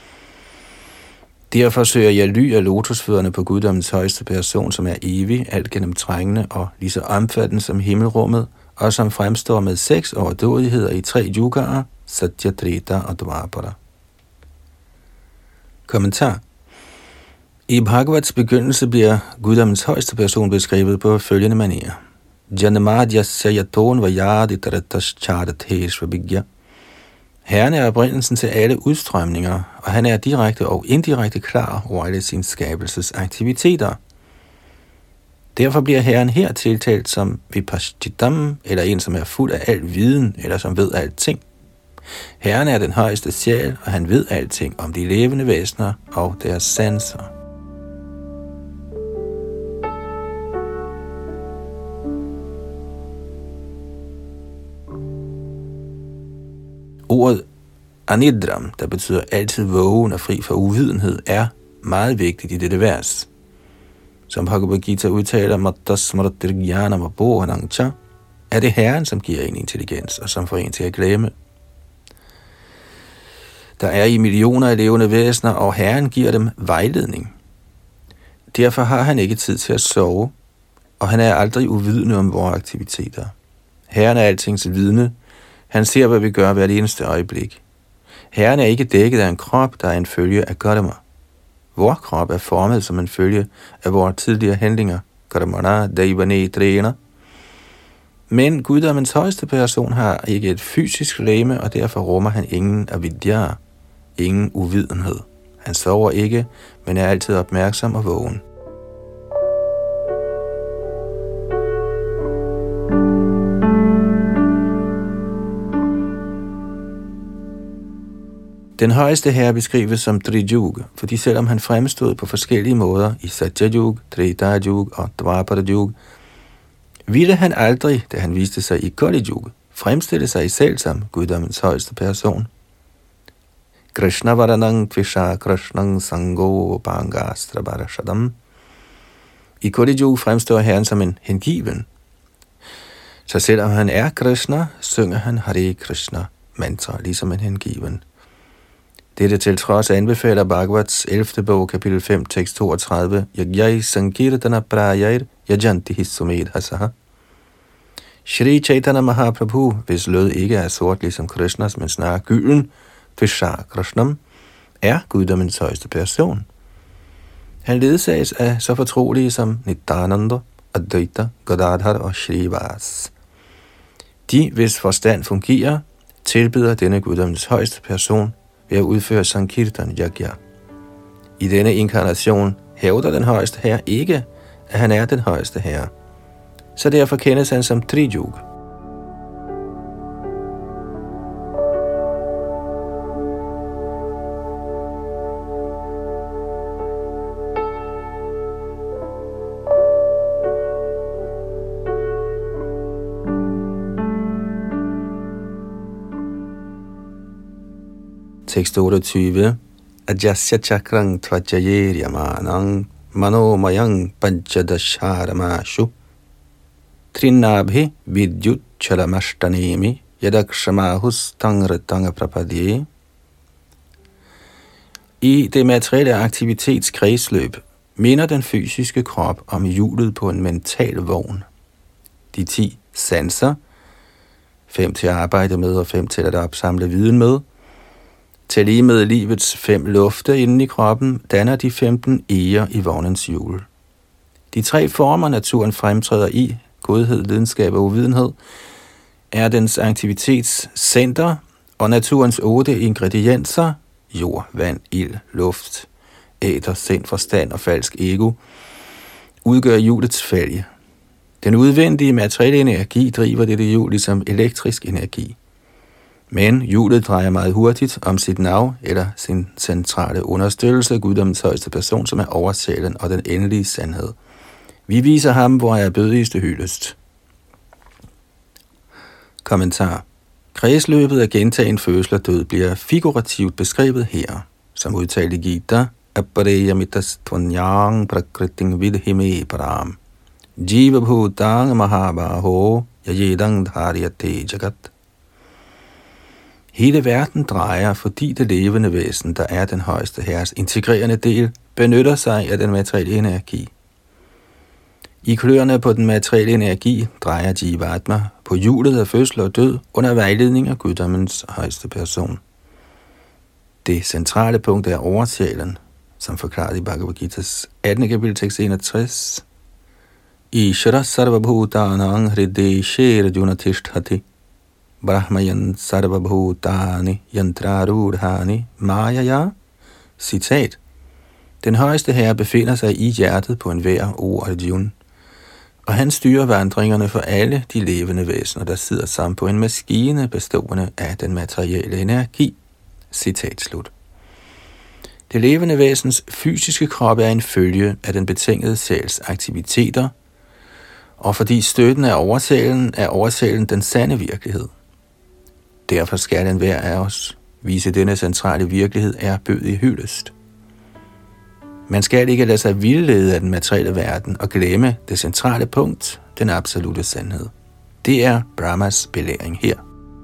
A: Derfor søger jeg ly af lotusfødderne på guddommens højeste person, som er evig, alt gennemtrængende og lige så omfattende som himmelrummet, og som fremstår med 6 overdådigheder i 3 yugaer, Satya, Treta og Dvapara. Kommentar. I Bhagavats begyndelse bliver guddommens højeste person beskrevet på følgende manier. Janamadhyasya yaton vayadi taratas charateshvabhigya. Herren er oprindelsen til alle udstrømninger, og han er direkte og indirekte klar over alle sine skabelsesaktiviteter. Derfor bliver Herren her tiltalt som Vipaschittam, eller en, som er fuld af al viden, eller som ved alting. Herren er den højeste sjæl, og han ved alting om de levende væsener og deres sanser. Ordet anidram, der betyder altid vågen og fri for uvidenhed, er meget vigtigt i dette vers. Som Bhagavad Gita udtaler, er det Herren, som giver en intelligens, og som får en til at glemme. Der er i millioner af levende væsener, og Herren giver dem vejledning. Derfor har han ikke tid til at sove, og han er aldrig uvidende om vores aktiviteter. Herren er altings vidne. Han ser, hvad vi gør hvert eneste øjeblik. Herren er ikke dækket af en krop, der er en følge af karma. Vor krop er formet som en følge af vores tidligere handlinger. Karmana daivane træner. Men guddommens højeste person har ikke et fysisk legeme, og derfor rummer han ingen avidya, ingen uvidenhed. Han sover ikke, men er altid opmærksom og vågen. Den højeste herre beskrives som Trijug, fordi selvom han fremstod på forskellige måder i Satyajug, Treta-jug og Dvapara-jug, ville han aldrig, da han viste sig i Kali-jug, fremstille sig selv som guddommens højeste person. Krishna varanang tvisha krishnang sango bangastra barashadam. I Kali-jug fremstår herren som en hengiven. Så selvom han er Krishna, synger han Hare Krishna mantra, ligesom en hengiven. Dette til trods anbefaler Bhagavats 11. bog, kapitel 5, tekst 32, Yagyai Sankirtana Prayayr Yajanti Hissumed Hasaha. Shri Chaitanya Mahaprabhu, hvis lød ikke er sort ligesom Krishnas, men snarere gylden, Tvisha Krishnam, er guddommens højeste person. Han ledsages af så fortrolige som Nityananda, Advaita, Gadadhar og Shrivas. De, hvis forstand fungerer, tilbeder denne guddommens højeste person ved at udføre Sankirtan Yagya. I denne inkarnation hævder den højeste herre ikke, at han er den højeste herre. Så derfor kendes han som Trijug. Tekst 28. Ajasya chakrang tvajayeryamanang manomayang panchadasharamashu trinabhi vidyut chalamashtanemi yadakshamahus tangratanga prapadye. I det materielle aktivitets kredsløb minder den fysiske krop om hjulet på en mental vogn. De 10 sanser, 5 til at arbejde med og 5 til at opsamle viden med, til lige med livets 5 lufte inde i kroppen, danner de 15 eger i vognens hjul. De 3 former, naturen fremtræder i, godhed, lidenskab og uvidenhed, er dens aktivitetscenter, og naturens 8 ingredienser, jord, vand, ild, luft, æter, sind, forstand og falsk ego, udgør hjulets fælge. Den udvendige materielle energi driver dette hjul ligesom elektrisk energi. Men hjulet drejer meget hurtigt om sit nav eller sin centrale understøttelse, guddommens højeste person, som er oversjælen og den endelige sandhed. Vi viser ham, hvor er bødigste hyldest. Kommentar. Kredsløbet af gentagen fødsel og død bliver figurativt beskrevet her, som udtalt i Gita, Apareyamitas tvanyang prakriting vidhime param. Jiva bhutang mahabaho yajedang dharyate jagat. Hele verden drejer, fordi det levende væsen, der er den højeste herres integrerende del, benytter sig af den materielle energi. I kløerne på den materielle energi drejer Jivatma på hjulet af fødsel og død under vejledning af guddommens højeste person. Det centrale punkt er oversjælen, som forklaret i Bhagavad Gita's 18. kapitel tekst 61. Ishara sarvabhutanang hrideshe rajunatishthati Brahmayan sarvabhutani yantrarudhani mayaya. Citat. Den højeste herre befinder sig i hjertet på enhver Arjuna, og han styrer vandringerne for alle de levende væsener, der sidder sammen på en maskine bestående af den materielle energi. Citat slut. Det levende væsens fysiske krop er en følge af den betingede sjæls aktiviteter, og fordi støtten er oversjælen den sande virkelighed. Derfor skal den hver af os vise denne centrale virkelighed er bødig hyldest. Man skal ikke lade sig vildlede af den materielle verden og glemme det centrale punkt, den absolute sandhed. Det er Brahmas belæring her.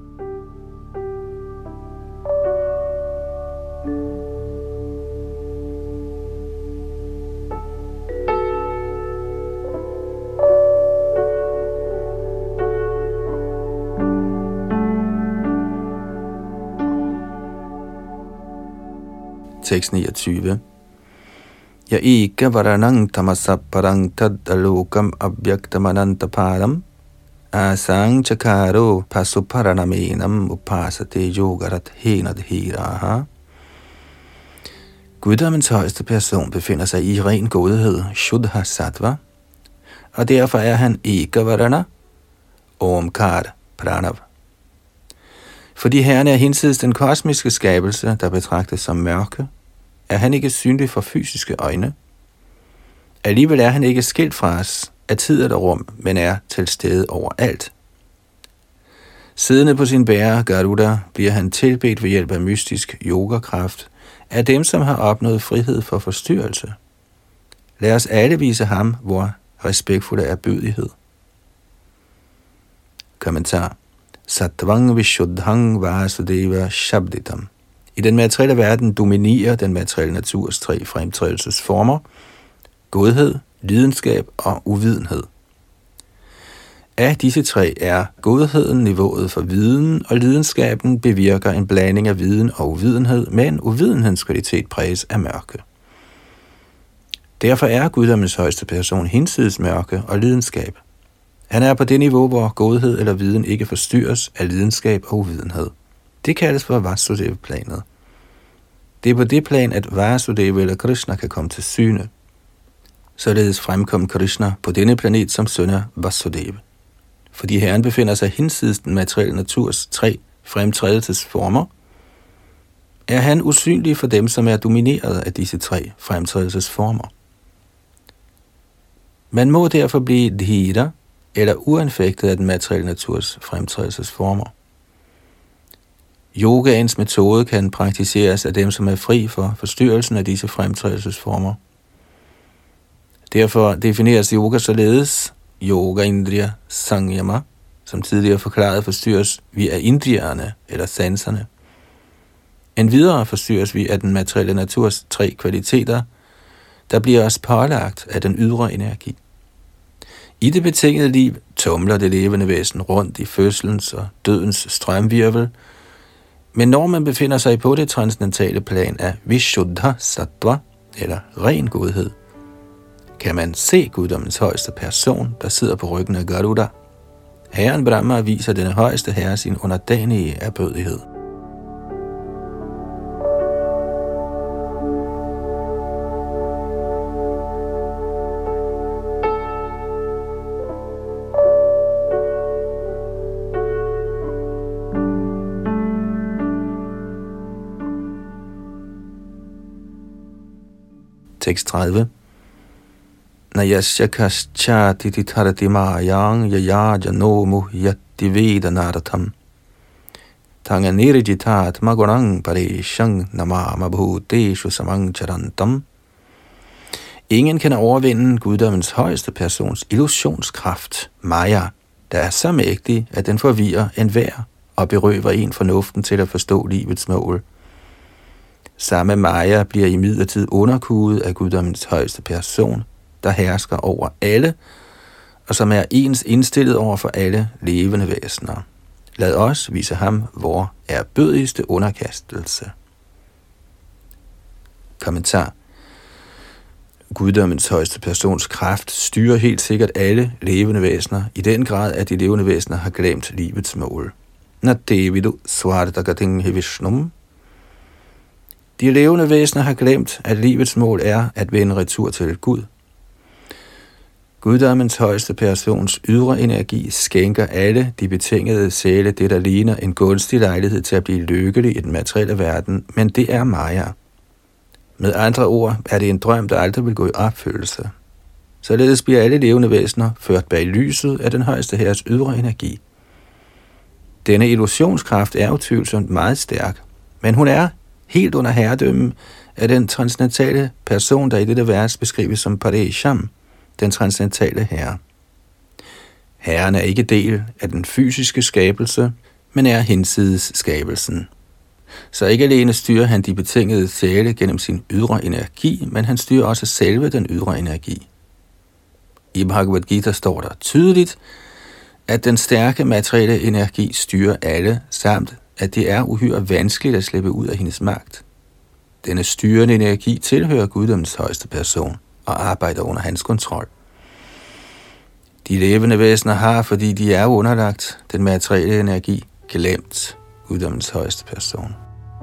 A: Tekst 29. Ya eka varanang tamasapparang tadalokam abhyaktamanantaparam asang chakaro pasuparanamenam upasate yogarat henadhiraha. Guddommens højeste person befinder sig i ren godhed, Shuddha Sattva, og derfor er han eka varana, Omkar Pranav. Fordi Herren er hinsides den kosmiske skabelse, der betragtes som mørke, er han ikke synlig for fysiske øjne. Alligevel er han ikke skilt fra os af tid eller rum, men er til stede overalt. Siddende på sin bærer, Garuda, bliver han tilbedt ved hjælp af mystisk yogakraft af dem, som har opnået frihed for forstyrrelse. Lad os alle vise ham, hvor respektfuld er bødighed. Kommentar. Sattvang vishuddhang vasudeva shabditam. I den materielle verden dominerer den materielle naturs 3 fremtrædelsesformer: godhed, lidenskab og uvidenhed. Af disse 3 er godheden niveauet for viden, og lidenskaben bevirker en blanding af viden og uvidenhed, men uvidenhedens kvalitet præges af mørke. Derfor er guddommens højeste person hinsides mørke og lidenskab. Han er på det niveau, hvor godhed eller viden ikke forstyrres af lidenskab og uvidenhed. Det kaldes for Vasudeva-planet. Det er på det plan, at Vasudeva eller Krishna kan komme til syne. Således fremkom Krishna på denne planet som søn af Vasudeva. Fordi Herren befinder sig hinsides den materielle naturs 3 fremtrædelsesformer, er han usynlig for dem, som er domineret af disse 3 fremtrædelsesformer. Man må derfor blive dhira, eller uanfægtet af den materielle naturs fremtrædelsesformer. Yogaens metode kan praktiseres af dem, som er fri for forstyrrelsen af disse fremtrædelsesformer. Derfor defineres yoga således: yoga indriya samyama, som tidligere forklaret forstyrres vi af indrierne eller sanserne. Endvidere forstyrres vi af den materielle naturs 3 kvaliteter, der bliver os pålagt af den ydre energi. I det betingede liv tumler det levende væsen rundt i fødselens og dødens strømvirvel, men når man befinder sig på det transcendentale plan af Vishuddha Sattva, eller ren godhed, kan man se guddommens højeste person, der sidder på ryggen af Garuda. Herren Brahma viser denne højeste herre sin underdanige erbødighed. Tekst 30. Nayasya kaschati titharati mayang yaya jano muhyati vedanaratham tanganirijitat magurang pareshang namama bhuteshu samangcharantam. Ingen kan overvinde guddommens højeste persons illusionskraft, Maya, der er så mægtig, at den forvirrer enhver og berøver en fornuften til at forstå livets mål. Samme Maya bliver imidlertid underkuet af guddommens højeste person, der hersker over alle, og som er ens indstillet over for alle levende væsener. Lad os vise ham vor ærbødigste underkastelse. Kommentar. Guddommens højeste persons kraft styrer helt sikkert alle levende væsener, i den grad, at de levende væsener har glemt livets mål. Nadevidu svartagating hivishnum. De levende væsener har glemt, at livets mål er at vende retur til Gud. Guddommens højeste persons ydre energi skænker alle de betingede sjæle det, der ligner en gunstig lejlighed til at blive lykkelig i den materielle verden, men det er Maya. Med andre ord er det en drøm, der aldrig vil gå i opfyldelse. Således bliver alle levende væsener ført bag lyset af den højeste herres ydre energi. Denne illusionskraft er utvivlsomt meget stærk, men hun er helt under herredømme af den transcendentale person, der i dette vers beskrives som Paresham, den transcendentale herre. Herren er ikke del af den fysiske skabelse, men er hinsides skabelsen. Så ikke alene styrer han de betingede sjæle gennem sin ydre energi, men han styrer også selve den ydre energi. I Bhagavad Gita står der tydeligt, at den stærke materielle energi styrer alle, samt at det er uhyre vanskeligt at slippe ud af hendes magt. Denne styrende energi tilhører guddommens højeste person og arbejder under hans kontrol. De levende væsener har, fordi de er underlagt den materielle energi, glemt guddommens højeste person.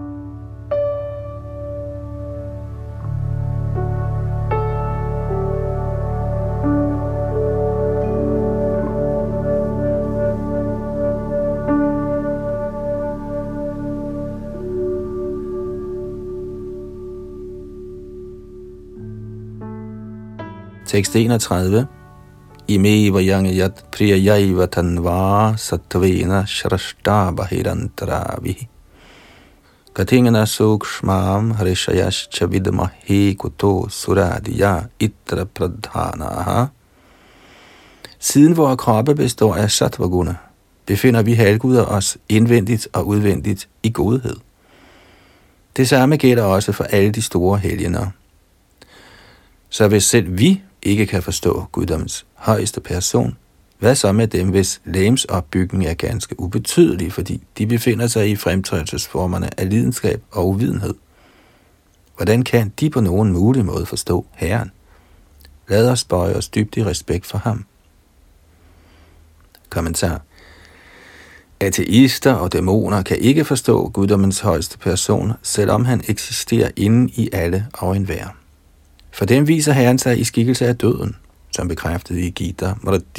A: Tekst 31. Imeva yangyat priyayaiva tanva sattvena shrashta bahirantaravihi katingana sukshmam harishayascha vidmahi kuto suradiya itra pradhanaha. Siden vores kroppe består af sattvaguna, befinder vi halvguder os indvendigt og udvendigt i godhed. Det samme gælder også for alle de store helgener. Så hvis selv vi ikke kan forstå guddommens højeste person, hvad så med dem, hvis legemsopbygning er ganske ubetydelig, fordi de befinder sig i fremtrædelsesformerne af lidenskab og uvidenhed? Hvordan kan de på nogen mulig måde forstå Herren? Lad os bøje os dybt i respekt for ham. Kommentar. Ateister og dæmoner kan ikke forstå guddommens højeste person, selvom han eksisterer inde i alle og enhver. For dem viser Herren sig i skikkelse af døden, som bekræftede i Gita.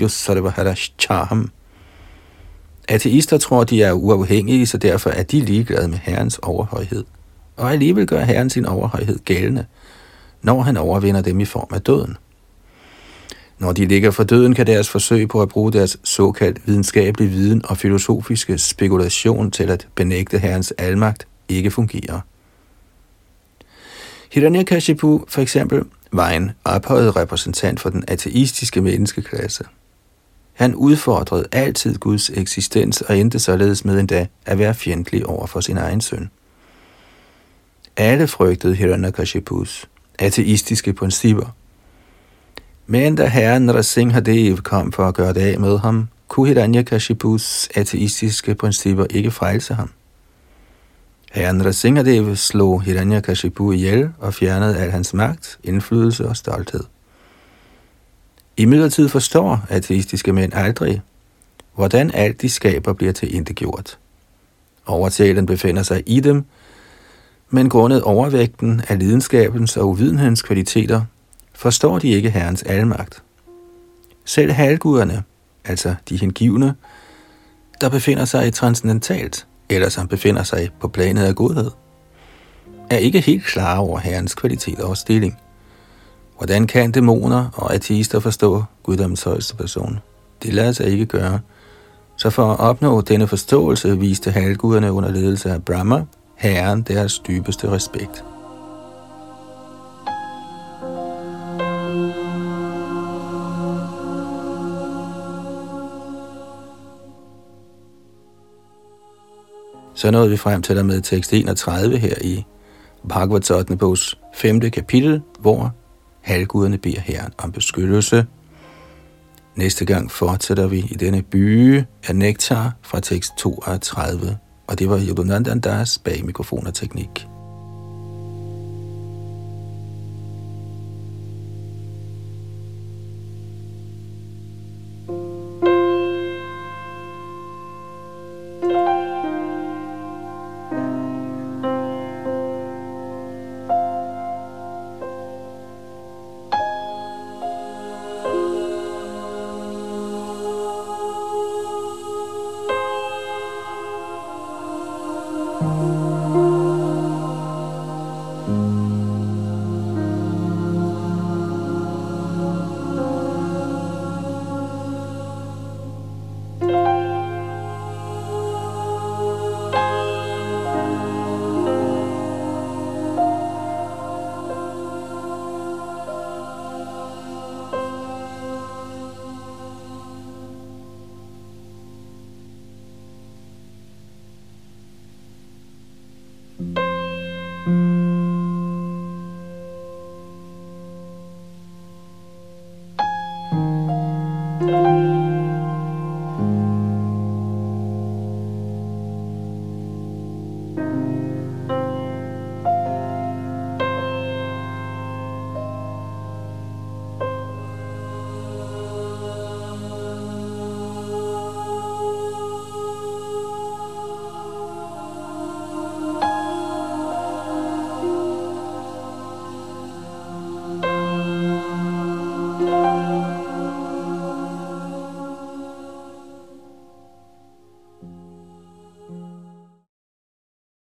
A: Ateister tror, de er uafhængige, så derfor er de ligeglade med Herrens overhøjhed. Og alligevel gør Herren sin overhøjhed gældende, når han overvinder dem i form af døden. Når de ligger for døden, kan deres forsøg på at bruge deres såkaldt videnskabelige viden og filosofiske spekulation til at benægte Herrens almagt ikke fungere. Hiranyakashipu for eksempel var en ophøjet repræsentant for den ateistiske menneskeklasse. Han udfordrede altid Guds eksistens og endte således med endda at være fjendtlig over for sin egen søn. Alle frygtede Hiranyakashipus ateistiske principper. Men da herren Nrsimhadev kom for at gøre det af med ham, kunne Hiranyakashipus ateistiske principper ikke frelse ham. Herren Nrsimhadev slog Hiranyakashipu ihjel og fjernede al hans magt, indflydelse og stolthed. Imidlertid forstår ateistiske mænd aldrig, hvordan alt de skaber bliver tilintetgjort. Overtalen befinder sig i dem, men grundet overvægten af lidenskabens og uvidenhedens kvaliteter, forstår de ikke Herrens almagt. Selv halvguderne, altså de hengivne, der befinder sig transcendentalt, eller som befinder sig på planet af godhed, er ikke helt klare over Herrens kvaliteter og stilling. Hvordan kan dæmoner og ateister forstå guddommens højeste person? Det lader sig ikke gøre. Så for at opnå denne forståelse viste halvguderne under ledelse af Brahma, Herren deres dybeste respekt. Så nåede vi frem til der med tekst 31 her i Bhagavats 8. bogs 5. kapitel, hvor halvguderne beder Herren om beskyttelse. Næste gang fortsætter vi i denne byge af nektar fra tekst 32, og det var Yadunandan Das bag mikrofon og teknik.
B: Thank you.